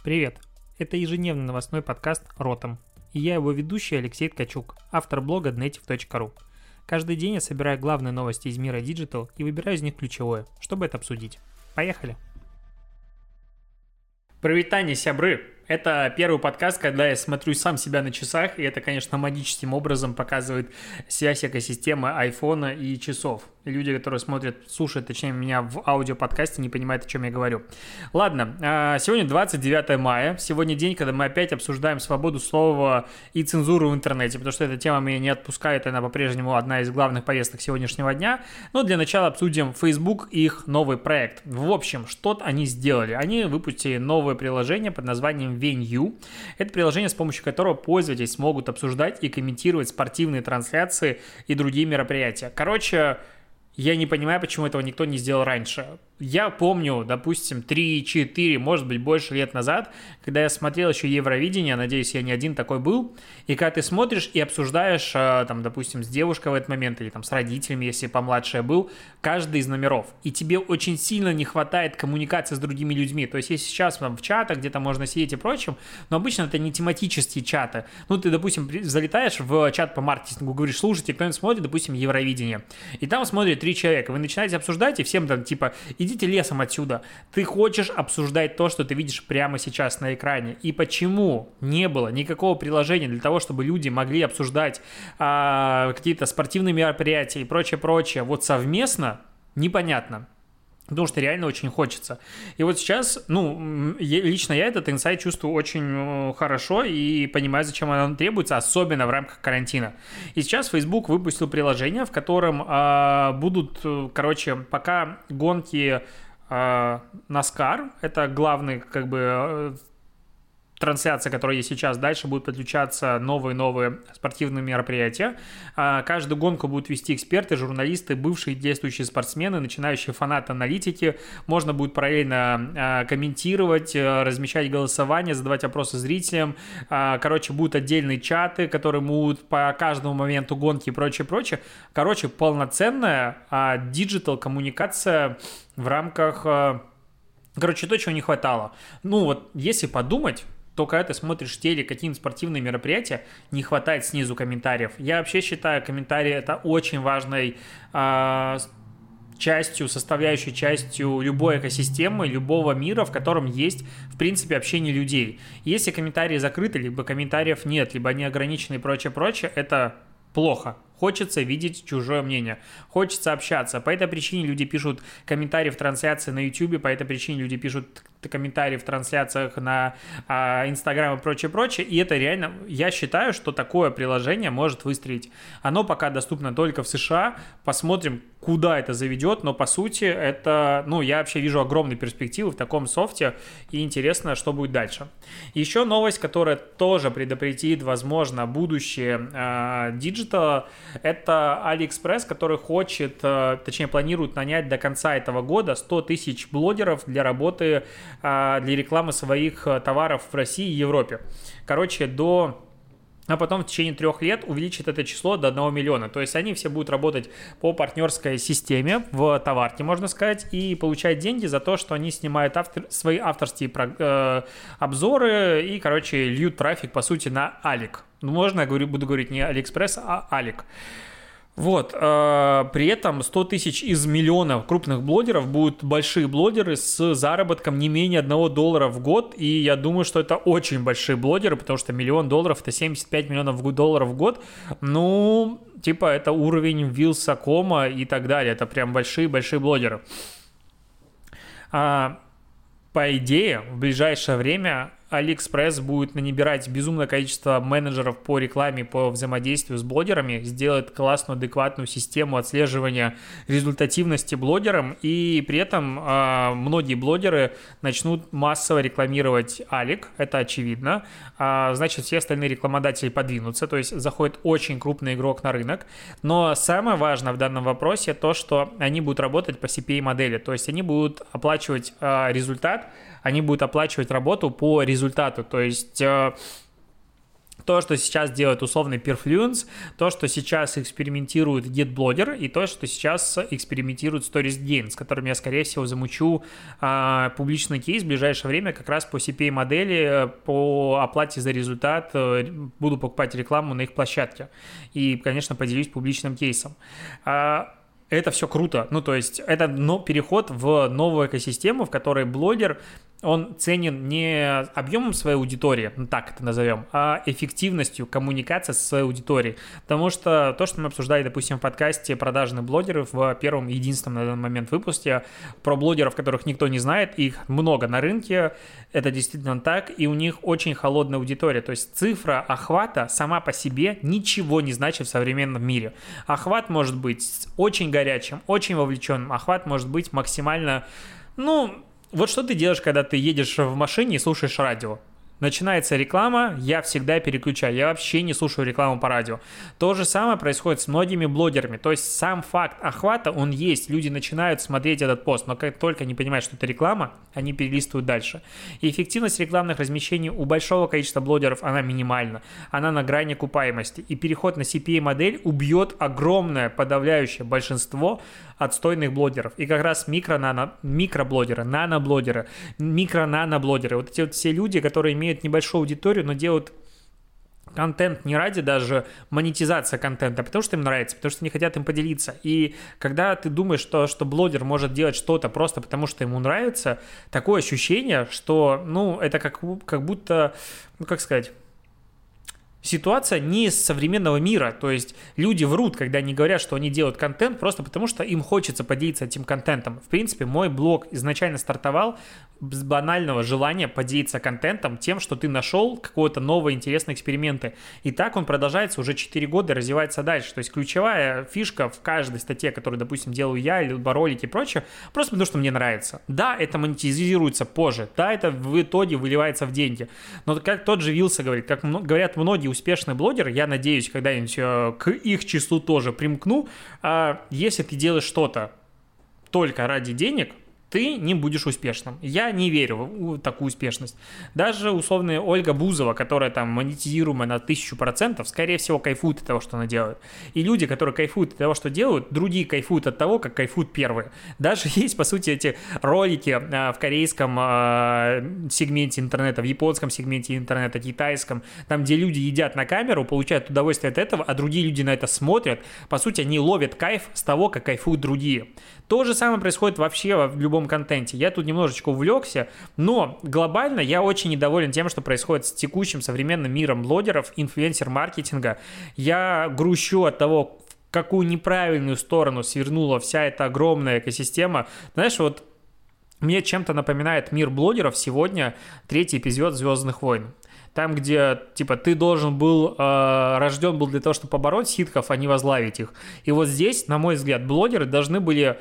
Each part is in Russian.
Привет! Это ежедневный новостной подкаст «Ротом». И я его ведущий Алексей Ткачук, автор блога dnetiv.ru. Каждый день я собираю главные новости из мира Digital и выбираю из них ключевое, чтобы это обсудить. Поехали! Привет, сябры! Это первый подкаст, когда я смотрю сам себя на часах, и это, конечно, магическим образом показывает связь экосистемы айфона и часов. И люди, которые слушают, точнее, меня в аудиоподкасте, не понимают, о чем я говорю. Ладно, сегодня 29 мая, сегодня день, когда мы опять обсуждаем свободу слова и цензуру в интернете, потому что эта тема меня не отпускает, она по-прежнему одна из главных повесток сегодняшнего дня. Но для начала обсудим Facebook и их новый проект. В общем, что они сделали? Они выпустили новое приложение под названием Venue. Это приложение, с помощью которого пользователи смогут обсуждать и комментировать спортивные трансляции и другие мероприятия. Короче, я не понимаю, почему этого никто не сделал раньше. Я помню, допустим, 3-4, может быть, больше лет назад, когда я смотрел еще Евровидение, надеюсь, я не один такой был, и когда ты смотришь и обсуждаешь, там, допустим, с девушкой в этот момент, или там с родителями, если помладше я был, каждый из номеров, и тебе очень сильно не хватает коммуникации с другими людьми. То есть, если сейчас там в чатах где-то можно сидеть и прочим, но обычно это не тематические чаты. Ну, ты, допустим, залетаешь в чат по маркетингу, говоришь: слушайте, кто-нибудь смотрит, допустим, Евровидение, и там смотрит 3 человека, вы начинаете обсуждать, и всем там, типа, идите лесом отсюда. Ты хочешь обсуждать то, что ты видишь прямо сейчас на экране. И почему не было никакого приложения для того, чтобы люди могли обсуждать какие-то спортивные мероприятия и прочее, вот совместно, непонятно. Потому что реально очень хочется. И вот сейчас, лично я этот инсайт чувствую очень хорошо и понимаю, зачем он требуется, особенно в рамках карантина. И сейчас Facebook выпустил приложение, в котором будут, пока гонки NASCAR, это главный, трансляция, которая есть сейчас, дальше будут подключаться новые спортивные мероприятия. Каждую гонку будут вести эксперты, журналисты, бывшие действующие спортсмены, начинающие фанаты, аналитики. Можно будет параллельно комментировать, размещать голосование, задавать вопросы зрителям. Будут отдельные чаты, которые будут по каждому моменту гонки и прочее. Полноценная диджитал-коммуникация в рамках... то, чего не хватало. Если подумать, то когда ты смотришь в теле какие-нибудь спортивные мероприятия, не хватает снизу комментариев. Я вообще считаю, комментарии — это очень важной составляющей частью любой экосистемы, любого мира, в котором есть, в принципе, общение людей. Если комментарии закрыты, либо комментариев нет, либо они ограничены и прочее, это плохо. Хочется видеть чужое мнение, хочется общаться. По этой причине люди пишут комментарии в трансляции на YouTube, по этой причине люди пишут комментарии в трансляциях на Instagram и прочее. И это реально, я считаю, что такое приложение может выстрелить. Оно пока доступно только в США. Посмотрим, куда это заведет, но по сути это, я вообще вижу огромные перспективы в таком софте, и интересно, что будет дальше. Еще новость, которая тоже предопределит, возможно, будущее диджитала. Это AliExpress, который планирует нанять до конца этого года 100 тысяч блогеров для работы, для рекламы своих товаров в России и Европе. А потом в течение 3 лет увеличит это число до 1 миллиона. То есть они все будут работать по партнерской системе в товарке, можно сказать, и получать деньги за то, что они снимают свои авторские обзоры и, льют трафик, по сути, на Алик. Буду говорить не AliExpress, а Алик. При этом 100 тысяч из миллиона крупных блогеров будут большие блогеры с заработком не менее $1 в год, и я думаю, что это очень большие блогеры, потому что $1 миллион — это 75 миллионов долларов в год. Это уровень Вилсакома и так далее, это прям большие-большие блогеры. По идее, в ближайшее время AliExpress будет набирать безумное количество менеджеров по рекламе, по взаимодействию с блогерами, сделает классную, адекватную систему отслеживания результативности блогерам, и при этом многие блогеры начнут массово рекламировать Алик, это очевидно, значит, все остальные рекламодатели подвинутся, то есть заходит очень крупный игрок на рынок, но самое важное в данном вопросе то, что они будут работать по CPA-модели, то есть они будут оплачивать результат, они будут оплачивать работу по результату, то есть То, что сейчас делает условный Perfluence, то, что сейчас экспериментирует GetBlogger, и то, что сейчас экспериментирует StoriesGain, с которым я, скорее всего, замучу публичный кейс в ближайшее время как раз по CPA-модели, по оплате за результат, буду покупать рекламу на их площадке. И, конечно, поделюсь публичным кейсом. Это все круто. Ну, то есть, это переход в новую экосистему, в которой блогер, он ценен не объемом своей аудитории, так это назовем, а эффективностью коммуникации со своей аудиторией. Потому что то, что мы обсуждали, допустим, в подкасте «Продажные блогеры» в первом единственном на данный момент выпуске, про блогеров, которых никто не знает, их много на рынке, это действительно так, и у них очень холодная аудитория. То есть цифра охвата сама по себе ничего не значит в современном мире. Охват может быть очень горячим, очень вовлеченным, охват может быть максимально, вот что ты делаешь, когда ты едешь в машине и слушаешь радио? Начинается реклама, я всегда переключаю, я вообще не слушаю рекламу по радио. То же самое происходит с многими блогерами, то есть сам факт охвата, он есть, люди начинают смотреть этот пост, но как только они понимают, что это реклама, они перелистывают дальше. И эффективность рекламных размещений у большого количества блогеров, она минимальна, она на грани окупаемости, и переход на CPA-модель убьет огромное подавляющее большинство отстойных блогеров. И как раз микроблогеры, наноблогеры, микро-наноблогеры, вот эти вот все люди, которые имеют небольшую аудиторию, но делают контент не ради даже монетизации контента, а потому что им нравится, потому что они хотят им поделиться. И когда ты думаешь, что блогер может делать что-то просто потому, что ему нравится, такое ощущение, что, это как будто, как сказать, ситуация не из современного мира, то есть люди врут, когда они говорят, что они делают контент просто потому, что им хочется поделиться этим контентом. В принципе, мой блог изначально стартовал с банального желания поделиться контентом, тем, что ты нашел какого-то нового интересного эксперимента. И так он продолжается уже 4 года и развивается дальше. То есть ключевая фишка в каждой статье, которую, допустим, делаю я, или ролики и прочее, просто потому, что мне нравится. Да, это монетизируется позже, да, это в итоге выливается в деньги. Но как тот же Вилса говорит, как говорят многие успешные блогеры, я надеюсь, когда-нибудь к их числу тоже примкну, если ты делаешь что-то только ради денег, ты не будешь успешным. Я не верю в такую успешность. Даже условная Ольга Бузова, которая там монетизируемая на 1000%, скорее всего, кайфует от того, что она делает. И люди, которые кайфуют от того, что делают, другие кайфуют от того, как кайфуют первые. Даже есть, по сути, эти ролики в корейском сегменте интернета, в японском сегменте интернета, китайском, там, где люди едят на камеру, получают удовольствие от этого, а другие люди на это смотрят. По сути, они ловят кайф с того, как кайфуют другие. То же самое происходит вообще в любом контенте. Я тут немножечко увлекся, но глобально я очень недоволен тем, что происходит с текущим современным миром блогеров, инфлюенсер-маркетинга. Я грущу от того, в какую неправильную сторону свернула вся эта огромная экосистема. Знаешь, вот мне чем-то напоминает мир блогеров сегодня 3-й эпизод «Звездных войн». Там, где, ты должен был, рожден был для того, чтобы побороть ситхов, а не возглавить их. И вот здесь, на мой взгляд, блогеры должны были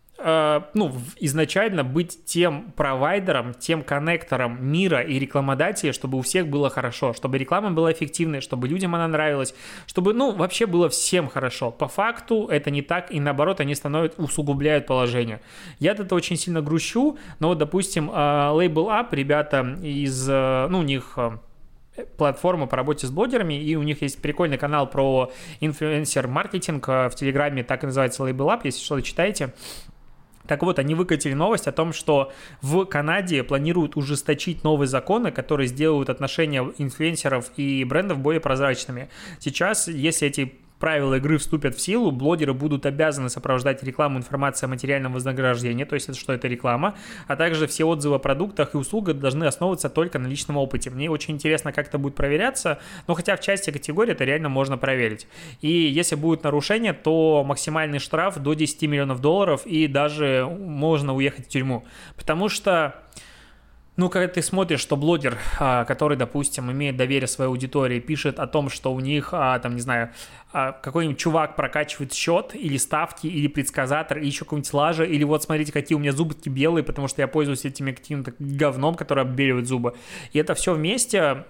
изначально быть тем провайдером, тем коннектором мира и рекламодателя, чтобы у всех было хорошо, чтобы реклама была эффективной, чтобы людям она нравилась, чтобы, вообще было всем хорошо. По факту это не так, и наоборот, они усугубляют положение. Я от этого очень сильно грущу, но вот, допустим, Label Up, ребята из, у них платформа по работе с блогерами, и у них есть прикольный канал про инфлюенсер-маркетинг в Телеграме, так и называется Label Up, если что-то читаете. Так вот, они выкатили новость о том, что в Канаде планируют ужесточить новые законы, которые сделают отношения инфлюенсеров и брендов более прозрачными. Сейчас, если эти правила игры вступят в силу, блогеры будут обязаны сопровождать рекламу информацией о материальном вознаграждении, то есть что это реклама, а также все отзывы о продуктах и услугах должны основываться только на личном опыте. Мне очень интересно, как это будет проверяться, но хотя в части категории это реально можно проверить. И если будет нарушение, то максимальный штраф до $10 миллионов и даже можно уехать в тюрьму. Потому что когда ты смотришь, что блогер, который, допустим, имеет доверие своей аудитории, пишет о том, что у них, какой-нибудь чувак прокачивает счет или ставки, или предсказатор, или еще какой-нибудь лажа, или вот смотрите, какие у меня зубы такие белые, потому что я пользуюсь этими каким-то говном, который оббеливает зубы. И это все вместе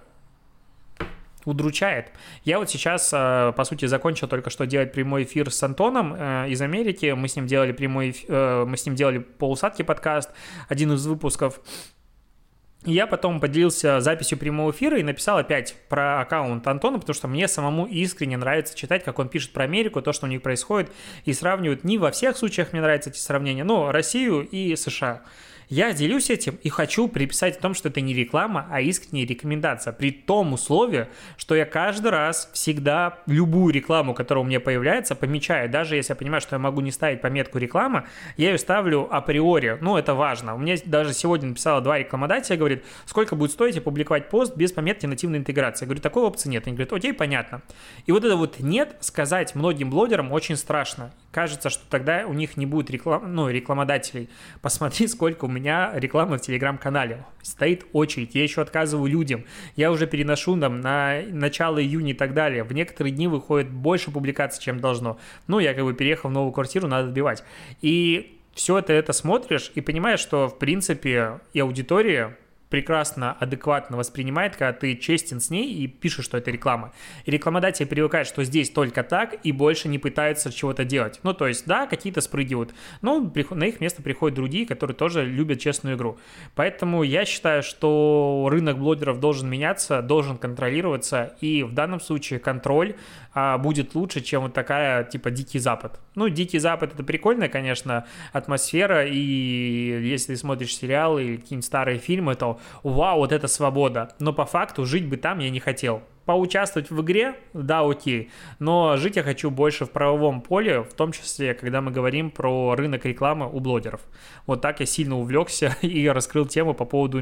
удручает. Я вот сейчас, по сути, закончил только что делать прямой эфир с Антоном из Америки. Мы с ним делали полусадки подкаст, один из выпусков. Я потом поделился записью прямого эфира и написал опять про аккаунт Антона, потому что мне самому искренне нравится читать, как он пишет про Америку, то, что у них происходит, и сравнивают. Не во всех случаях мне нравятся эти сравнения, но Россию и США. Я делюсь этим и хочу приписать о том, что это не реклама, а искренняя рекомендация. При том условии, что я каждый раз всегда любую рекламу, которая у меня появляется, помечаю. Даже если я понимаю, что я могу не ставить пометку реклама, я ее ставлю априори. Ну, это важно. У меня даже сегодня написало 2 рекламодателя, говорит, сколько будет стоить опубликовать пост без пометки нативной интеграции. Я говорю, такой опции нет. Они говорят, окей, понятно. И вот это вот нет сказать многим блогерам очень страшно. Кажется, что тогда у них не будет рекламодателей. Посмотри, сколько у меня рекламы в Телеграм-канале. Стоит очередь, я еще отказываю людям. Я уже переношу там на начало июня и так далее. В некоторые дни выходит больше публикаций, чем должно. Ну, я как бы переехал в новую квартиру, надо отбивать. И все это смотришь и понимаешь, что, в принципе, и аудитория прекрасно, адекватно воспринимает, когда ты честен с ней и пишешь, что это реклама. И рекламодатель привыкает, что здесь только так, и больше не пытаются чего-то делать. Ну, то есть, да, какие-то спрыгивают, но на их место приходят другие, которые тоже любят честную игру. Поэтому я считаю, что рынок блогеров должен меняться, должен контролироваться, и в данном случае контроль будет лучше, чем вот такая, типа, Дикий Запад. Ну, Дикий Запад — это прикольная, конечно, атмосфера, и если ты смотришь сериалы или какие-нибудь старые фильмы, то вау, вот это свобода. Но по факту жить бы там я не хотел. Поучаствовать в игре, да, окей, но жить я хочу больше в правовом поле, в том числе, когда мы говорим про рынок рекламы у блогеров. Вот так я сильно увлекся и раскрыл тему по поводу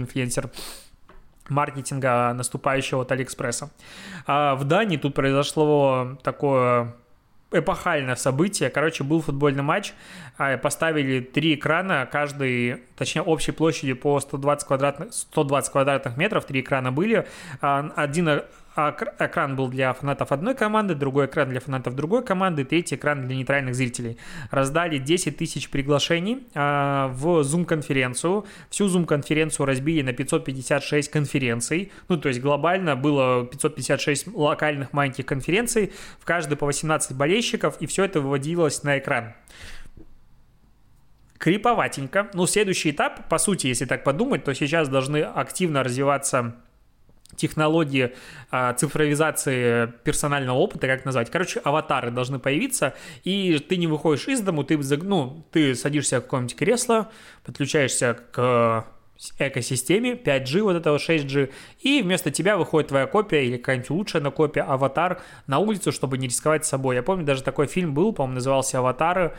инфлюенсер-маркетинга, наступающего от Алиэкспресса. В Дании тут произошло такое эпохальное событие. Короче, был футбольный матч, поставили 3 экрана, каждый, точнее, общей площадью по 120 квадратных метров, 3 экрана были. Один экран был для фанатов одной команды, другой экран для фанатов другой команды, третий экран для нейтральных зрителей. Раздали 10 тысяч приглашений в Zoom-конференцию. Всю Zoom-конференцию разбили на 556 конференций. Ну, то есть глобально было 556 локальных маленьких конференций, в каждой по 18 болельщиков, и все это выводилось на экран. Криповатенько. Ну, следующий этап, по сути, если так подумать, то сейчас должны активно развиваться технологии цифровизации персонального опыта, как назвать. Короче, аватары должны появиться, и ты не выходишь из дому, ты садишься в какое-нибудь кресло, подключаешься к экосистеме 5G, вот этого 6G, и вместо тебя выходит твоя копия или какая-нибудь улучшенная копия, аватар на улицу, чтобы не рисковать собой. Я помню, даже такой фильм был, по-моему, назывался «Аватары»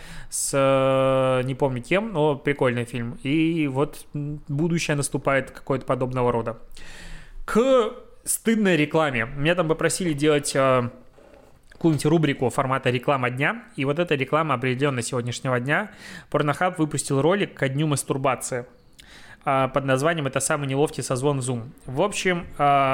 с не помню кем, но прикольный фильм. И вот будущее наступает какое-то подобного рода. К стыдной рекламе. Меня там попросили делать какую-нибудь рубрику формата «Реклама дня», и вот эта реклама определенно сегодняшнего дня. Pornhub выпустил ролик ко дню мастурбации под названием «Это самый неловкий созвон Zoom». В общем,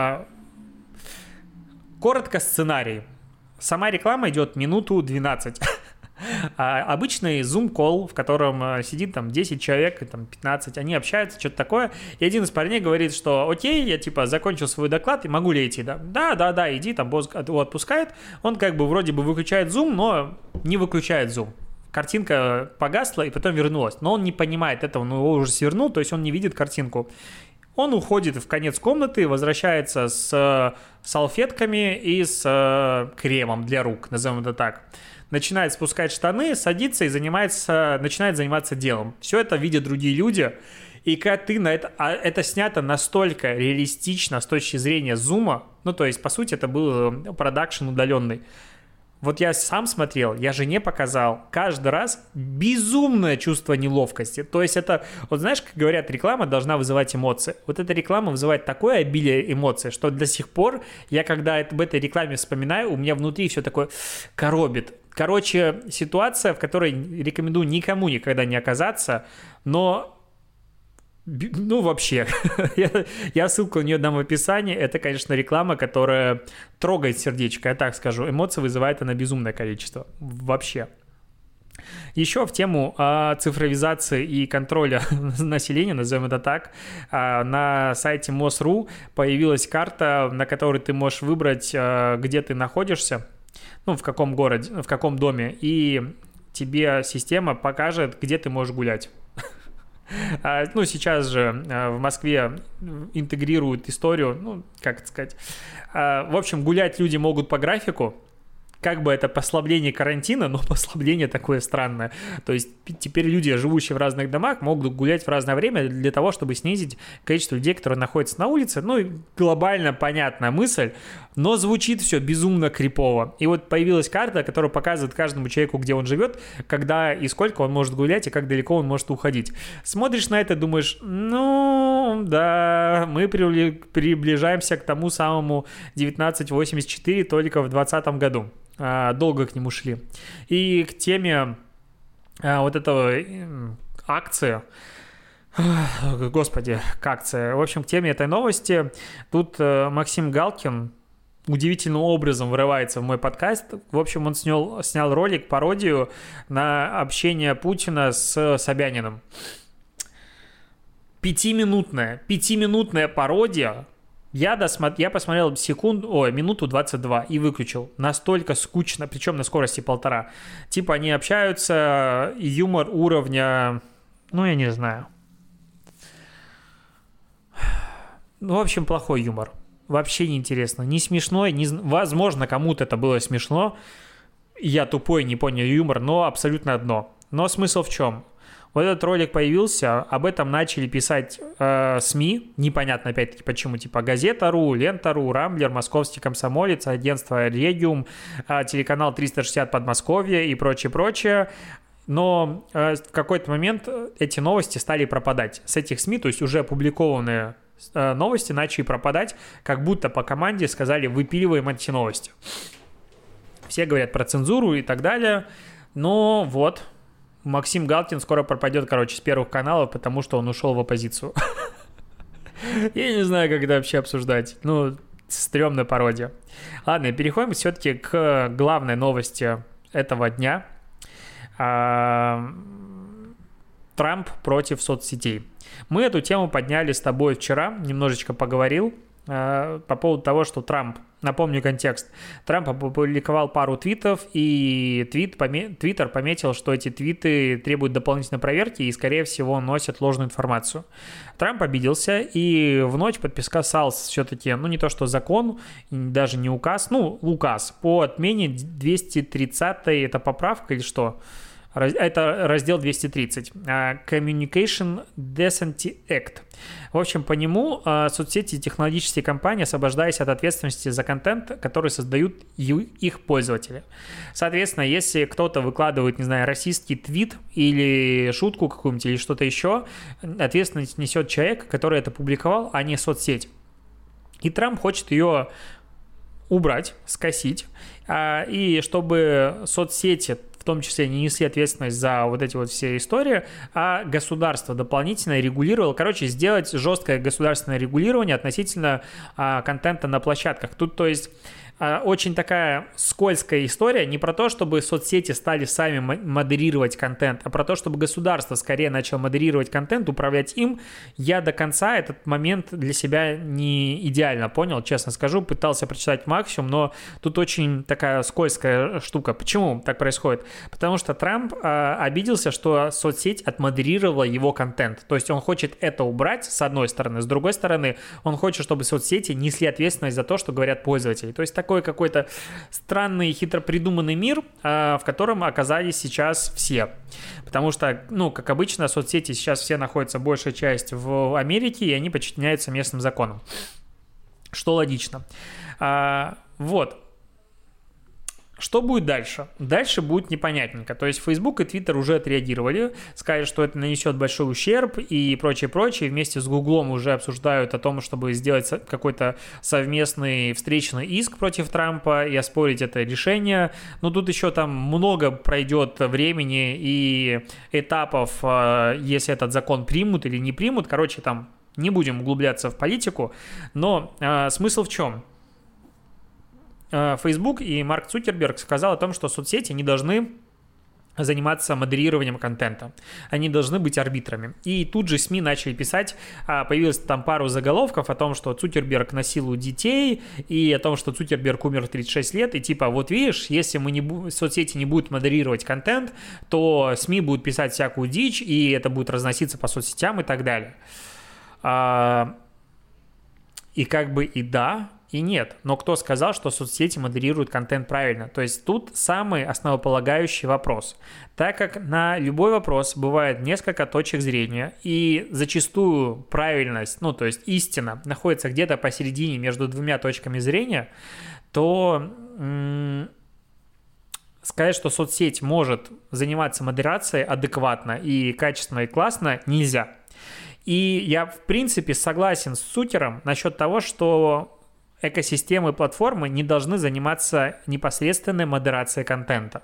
коротко сценарий. Сама реклама идет минуту 12. Обычный Zoom-колл, в котором сидит там 10 человек, там 15, они общаются, что-то такое, и один из парней говорит, что окей, я типа закончил свой доклад, и могу ли идти, да? Да, иди, там босс его отпускает, он как бы вроде бы выключает Zoom, но не выключает Zoom. Картинка погасла и потом вернулась, но он не понимает этого, он его уже свернул, то есть он не видит картинку. Он уходит в конец комнаты, возвращается с салфетками и с кремом для рук, назовем это так. Начинает спускать штаны, садится и начинает заниматься делом. Все это видят другие люди. И когда ты на это... это снято настолько реалистично с точки зрения зума, ну, то есть, по сути, это был продакшн удаленный. Вот я сам смотрел, я жене показал, каждый раз безумное чувство неловкости. То есть это, вот знаешь, как говорят, реклама должна вызывать эмоции. Вот эта реклама вызывает такое обилие эмоций, что до сих пор я, когда об этой рекламе вспоминаю, у меня внутри все такое коробит. Короче, ситуация, в которой рекомендую никому никогда не оказаться, но... Ну, вообще, я ссылку на нее дам в описании. Это, конечно, реклама, которая трогает сердечко, я так скажу. Эмоций вызывает она безумное количество. Вообще. Еще в тему цифровизации и контроля населения, назовем это так, на сайте МОС.ру появилась карта, на которой ты можешь выбрать, где ты находишься, ну, в каком городе, в каком доме, и тебе система покажет, где ты можешь гулять. Ну, сейчас же в Москве интегрируют историю, ну, как это сказать. В общем, гулять люди могут по графику. Как бы это послабление карантина, но послабление такое странное. То есть теперь люди, живущие в разных домах, могут гулять в разное время для того, чтобы снизить количество людей, которые находятся на улице. Ну, и глобально понятная мысль, но звучит все безумно крипово. И вот появилась карта, которая показывает каждому человеку, где он живет, когда и сколько он может гулять, и как далеко он может уходить. Смотришь на это, думаешь, ну, да, мы приближаемся к тому самому 1984 только в 2020 году. Долго к нему шли. И к теме вот этого акции, господи, к акции, в общем, к теме этой новости, тут Максим Галкин удивительным образом врывается в мой подкаст. В общем, он снял ролик, пародию на общение Путина с Собяниным. Пятиминутная пародия. Я посмотрел минуту 22 и выключил. Настолько скучно, причем на скорости 1,5. Типа они общаются, юмор уровня, ну, я не знаю. Ну, в общем, плохой юмор. Вообще неинтересно. Не смешно. Возможно, кому-то это было смешно. Я тупой, не понял юмор, но абсолютно одно. Но смысл в чем? Вот этот ролик появился, об этом начали писать СМИ, непонятно опять-таки почему, типа Газета.ру, Лента.ру, Рамблер, Московский комсомолец, агентство Региум, телеканал 360 Подмосковье и прочее. Но в какой-то момент эти новости стали пропадать с этих СМИ, то есть уже опубликованные новости начали пропадать, как будто по команде сказали «выпиливаем эти новости». Все говорят про цензуру и так далее, но вот... Максим Галкин скоро пропадет, с первых каналов, потому что он ушел в оппозицию. Я не знаю, как это вообще обсуждать. Ну, стрёмная пародия. Ладно, переходим все-таки к главной новости этого дня. Трамп против соцсетей. Мы эту тему подняли с тобой вчера, немножечко поговорил по поводу того, что Трамп, напомню контекст, Трамп опубликовал пару твитов, и Твиттер пометил, что эти твиты требуют дополнительной проверки и, скорее всего, носят ложную информацию. Трамп обиделся и в ночь подписал все-таки, ну не то что закон, даже не указ, указ по отмене 230-й, это поправка или что? Это раздел 230, Communication Decency Act. В общем, по нему соцсети и технологические компании освобождались от ответственности за контент, который создают их пользователи. Соответственно, если кто-то выкладывает, не знаю, расистский твит или шутку какую-нибудь или что-то еще, ответственность несет человек, который это публиковал, а не соцсеть. И Трамп хочет ее убрать, скосить, и чтобы соцсети в том числе не несли ответственность за вот эти вот все истории, а государство дополнительно регулировало, сделать жесткое государственное регулирование относительно контента на площадках. Тут, то есть, очень такая скользкая история, не про то, чтобы соцсети стали сами модерировать контент, а про то, чтобы государство скорее начало модерировать контент, управлять им. Я до конца этот момент для себя не идеально понял, честно скажу, пытался прочитать максимум, но тут очень такая скользкая штука. Почему так происходит? Потому что Трамп обиделся, что соцсеть отмодерировала его контент, то есть он хочет это убрать с одной стороны, с другой стороны он хочет, чтобы соцсети несли ответственность за то, что говорят пользователи. То есть такой какой-то странный, хитро придуманный мир, в котором оказались сейчас все. Потому что, как обычно, соцсети сейчас все находятся, большая часть в Америке, и они подчиняются местным законам. Что логично. Вот. Что будет дальше? Дальше будет непонятненько. То есть Facebook и Twitter уже отреагировали, сказали, что это нанесет большой ущерб и прочее. Вместе с Гуглом уже обсуждают о том, чтобы сделать какой-то совместный встречный иск против Трампа и оспорить это решение. Но тут еще там много пройдет времени и этапов, если этот закон примут или не примут. Там не будем углубляться в политику. Но смысл в чем? Facebook и Марк Цукерберг сказал о том, что соцсети не должны заниматься модерированием контента. Они должны быть арбитрами. И тут же СМИ начали писать, появилось там пару заголовков о том, что Цукерберг насилует детей, и о том, что Цукерберг умер в 36 лет, и типа, вот видишь, если соцсети не будут модерировать контент, то СМИ будут писать всякую дичь, и это будет разноситься по соцсетям и так далее. И как бы и да, и нет. Но кто сказал, что соцсети модерируют контент правильно? То есть тут самый основополагающий вопрос. Так как на любой вопрос бывает несколько точек зрения, и зачастую правильность, то есть истина, находится где-то посередине между двумя точками зрения, то сказать, что соцсеть может заниматься модерацией адекватно и качественно и классно, нельзя. И я, в принципе, согласен с Цукером насчет того, что экосистемы и платформы не должны заниматься непосредственной модерацией контента.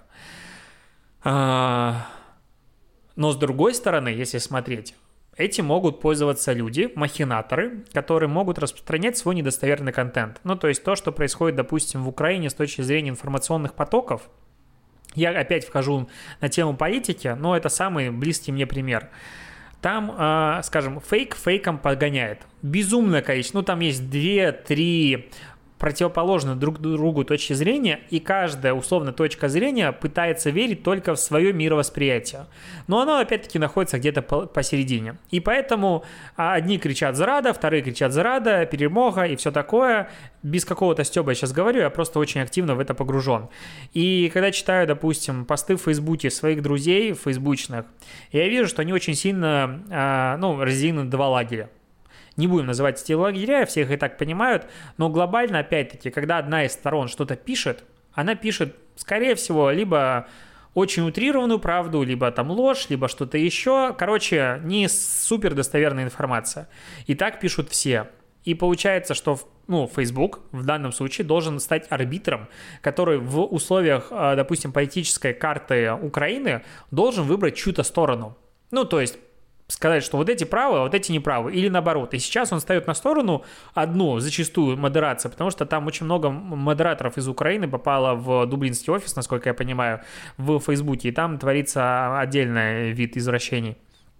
Но с другой стороны, если смотреть, этим могут пользоваться люди, махинаторы, которые могут распространять свой недостоверный контент. То есть то, что происходит, допустим, в Украине с точки зрения информационных потоков. Я опять вхожу на тему политики, но это самый близкий мне пример. Там, скажем, фейк фейком подгоняет. Безумное количество. Там есть 2-3 противоположные друг другу точки зрения, и каждая условно точка зрения пытается верить только в свое мировосприятие. Но оно опять-таки находится где-то посередине. И поэтому одни кричат «Зарада», вторые кричат «Зарада», «Перемога» и все такое. Без какого-то стёба я сейчас говорю, я просто очень активно в это погружен. И когда читаю, допустим, посты в Фейсбуке своих друзей фейсбучных, я вижу, что они очень сильно разделены на два лагеря. Не будем называть эти лагеря, все их и так понимают, но глобально, опять-таки, когда одна из сторон что-то пишет, она пишет, скорее всего, либо очень утрированную правду, либо там ложь, либо что-то еще. Короче, не супер достоверная информация. И так пишут все. И получается, что Facebook в данном случае должен стать арбитром, который в условиях, допустим, политической карты Украины должен выбрать чью-то сторону. То есть сказать, что вот эти правы, а вот эти неправы, или наоборот. И сейчас он ставит на сторону одну, зачастую, модерацию, потому что там очень много модераторов из Украины попало в дублинский офис, насколько я понимаю, в Фейсбуке, и там творится отдельный вид извращений.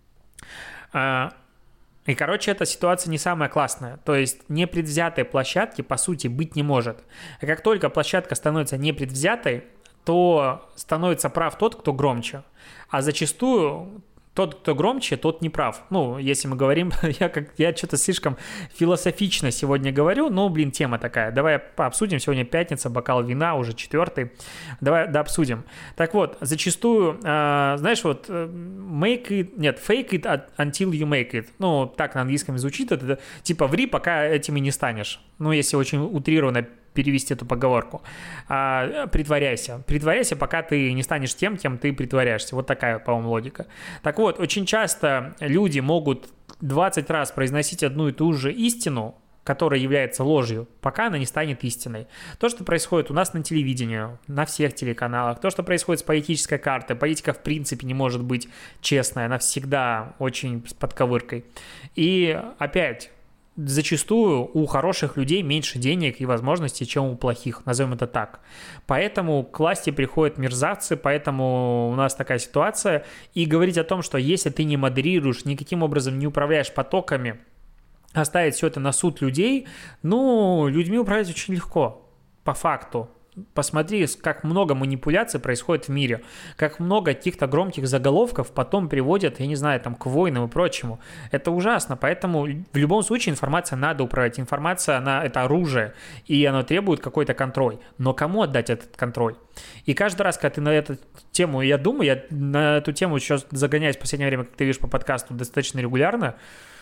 И, короче, эта ситуация не самая классная. То есть непредвзятой площадки, по сути, быть не может. А как только площадка становится непредвзятой, то становится прав тот, кто громче. А зачастую тот, кто громче, тот не прав. Если мы говорим, я что-то слишком философично сегодня говорю, тема такая. Давай обсудим. Сегодня пятница, бокал вина, уже 4-й. Давай обсудим. Так вот, зачастую, знаешь, fake it until you make it. Так на английском звучит. Это типа ври, пока этим и не станешь. Если очень утрированно перевести эту поговорку. Притворяйся. Притворяйся, пока ты не станешь тем, кем ты притворяешься. Вот такая, по-моему, логика. Так вот, очень часто люди могут 20 раз произносить одну и ту же истину, которая является ложью, пока она не станет истиной. То, что происходит у нас на телевидении, на всех телеканалах, то, что происходит с политической картой, политика в принципе не может быть честной, она всегда очень с подковыркой. И опять, зачастую у хороших людей меньше денег и возможностей, чем у плохих, назовем это так. Поэтому к власти приходят мерзавцы, поэтому у нас такая ситуация. И говорить о том, что если ты не модерируешь, никаким образом не управляешь потоками, оставить все это на суд людей, людьми управлять очень легко, по факту. Посмотри, как много манипуляций происходит в мире, как много каких-то громких заголовков потом приводят, я не знаю, к войнам и прочему. Это ужасно, поэтому в любом случае информация надо управлять. Информация, это оружие, и она требует какой-то контроль. Но кому отдать этот контроль? И каждый раз, когда ты на эту тему, я на эту тему сейчас загоняюсь в последнее время, как ты видишь по подкасту, достаточно регулярно,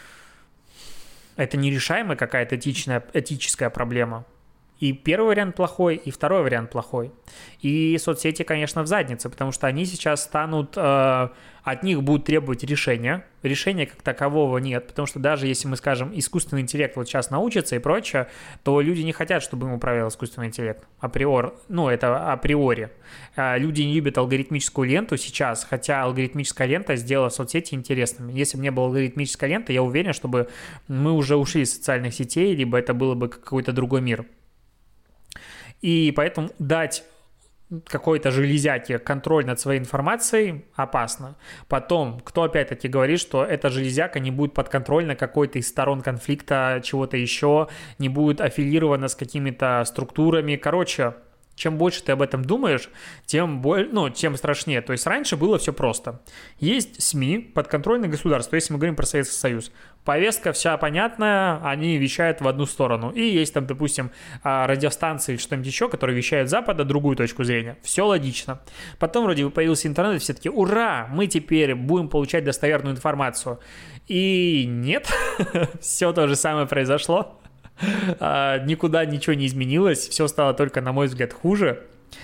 это нерешаемая какая-то этическая проблема. И первый вариант плохой, и второй вариант плохой. И соцсети, конечно, в заднице, потому что они сейчас станут, от них будут требовать решения. Решения как такового нет, потому что даже если мы скажем, искусственный интеллект вот сейчас научится и прочее, то люди не хотят, чтобы им управлял искусственный интеллект. Это априори. Люди не любят алгоритмическую ленту сейчас, хотя алгоритмическая лента сделала соцсети интересными. Если бы не было алгоритмической ленты, я уверен, чтобы мы уже ушли из социальных сетей, либо это было бы какой-то другой мир. И поэтому дать какой-то железяки контроль над своей информацией опасно. Потом, кто опять-таки говорит, что эта железяка не будет подконтрольна какой-то из сторон конфликта, чего-то еще, не будет аффилирована с какими-то структурами. Короче, чем больше ты об этом думаешь, тем страшнее. То есть раньше было все просто. Есть СМИ, подконтрольное государство, если мы говорим про Советский Союз. Повестка вся понятная, они вещают в одну сторону. И есть там, допустим, радиостанции или что-нибудь еще, которые вещают с Запада другую точку зрения. Все логично. Потом вроде бы появился интернет, и все таки ура, мы теперь будем получать достоверную информацию. И нет, все то же самое произошло. Никуда ничего не изменилось, все стало только, на мой взгляд, хуже.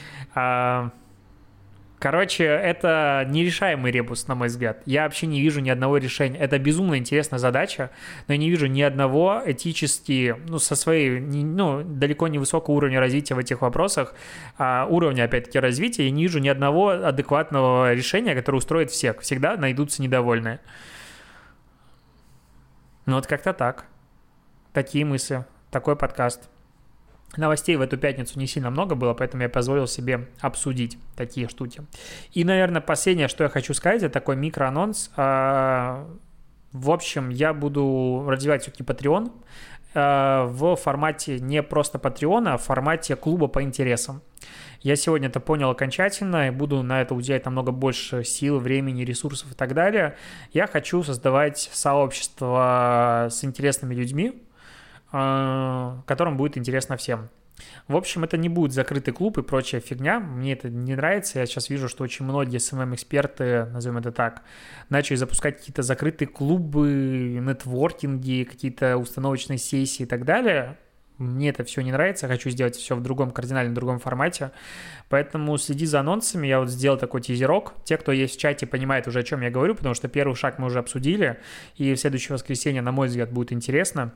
Короче, это нерешаемый ребус, на мой взгляд. Я вообще не вижу ни одного решения. Это безумно интересная задача, но я не вижу ни одного этически, со своей, далеко не высокого уровня развития в этих вопросах, уровня, опять-таки, развития, я не вижу ни одного адекватного решения, которое устроит всех. Всегда найдутся недовольные. Вот как-то так. Такие мысли, такой подкаст. Новостей в эту пятницу не сильно много было, поэтому я позволил себе обсудить такие штуки. И, наверное, последнее, что я хочу сказать, это такой микроанонс. В общем, я буду развивать все-таки Patreon в формате не просто Patreon, а в формате клуба по интересам. Я сегодня это понял окончательно и буду на это уделять намного больше сил, времени, ресурсов и так далее. Я хочу создавать сообщество с интересными людьми, которым будет интересно всем. В общем, это не будет закрытый клуб и прочая фигня. Мне это не нравится. Я сейчас вижу, что очень многие СММ-эксперты, назовем это так, начали запускать какие-то закрытые клубы, нетворкинги, какие-то установочные сессии и так далее. Мне это все не нравится. Я хочу сделать все в другом, кардинально другом формате. Поэтому следи за анонсами. Я вот сделал такой тизерок. Те, кто есть в чате, понимают уже, о чем я говорю, потому что первый шаг мы уже обсудили. И в следующее воскресенье, на мой взгляд, будет интересно.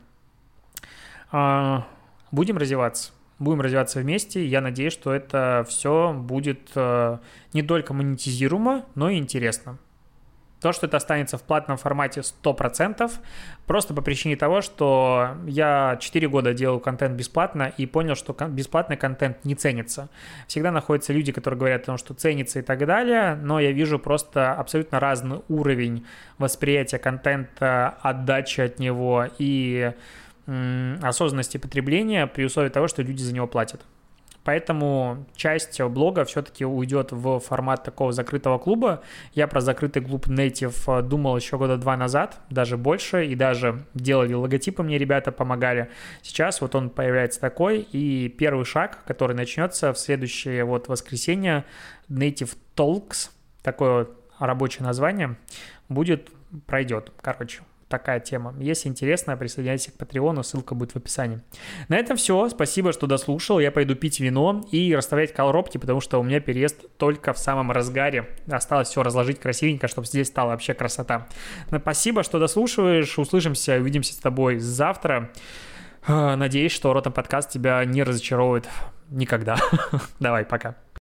Будем развиваться. Будем развиваться вместе. Я надеюсь, что это все будет не только монетизируемо, но и интересно. То, что это останется в платном формате 100%, просто по причине того, что я 4 года делал контент бесплатно и понял, что бесплатный контент не ценится. Всегда находятся люди, которые говорят о том, что ценится и так далее, но я вижу просто абсолютно разный уровень восприятия контента, отдачи от него и осознанности потребления при условии того, что люди за него платят. Поэтому часть блога все-таки уйдет в формат такого закрытого клуба. Я про закрытый клуб Native думал еще 2 года назад, даже больше, и даже делали логотипы, мне ребята помогали. Сейчас вот он появляется такой, и первый шаг, который начнется в следующее воскресенье, Native Talks, такое рабочее название, пройдет, короче. Такая тема. Если интересно, присоединяйтесь к Патреону, ссылка будет в описании. На этом все. Спасибо, что дослушал. Я пойду пить вино и расставлять коробки, потому что у меня переезд только в самом разгаре. Осталось все разложить красивенько, чтобы здесь стала вообще красота. Спасибо, что дослушиваешь. Услышимся, увидимся с тобой завтра. Надеюсь, что Ротом подкаст тебя не разочаровывает никогда. Давай, пока.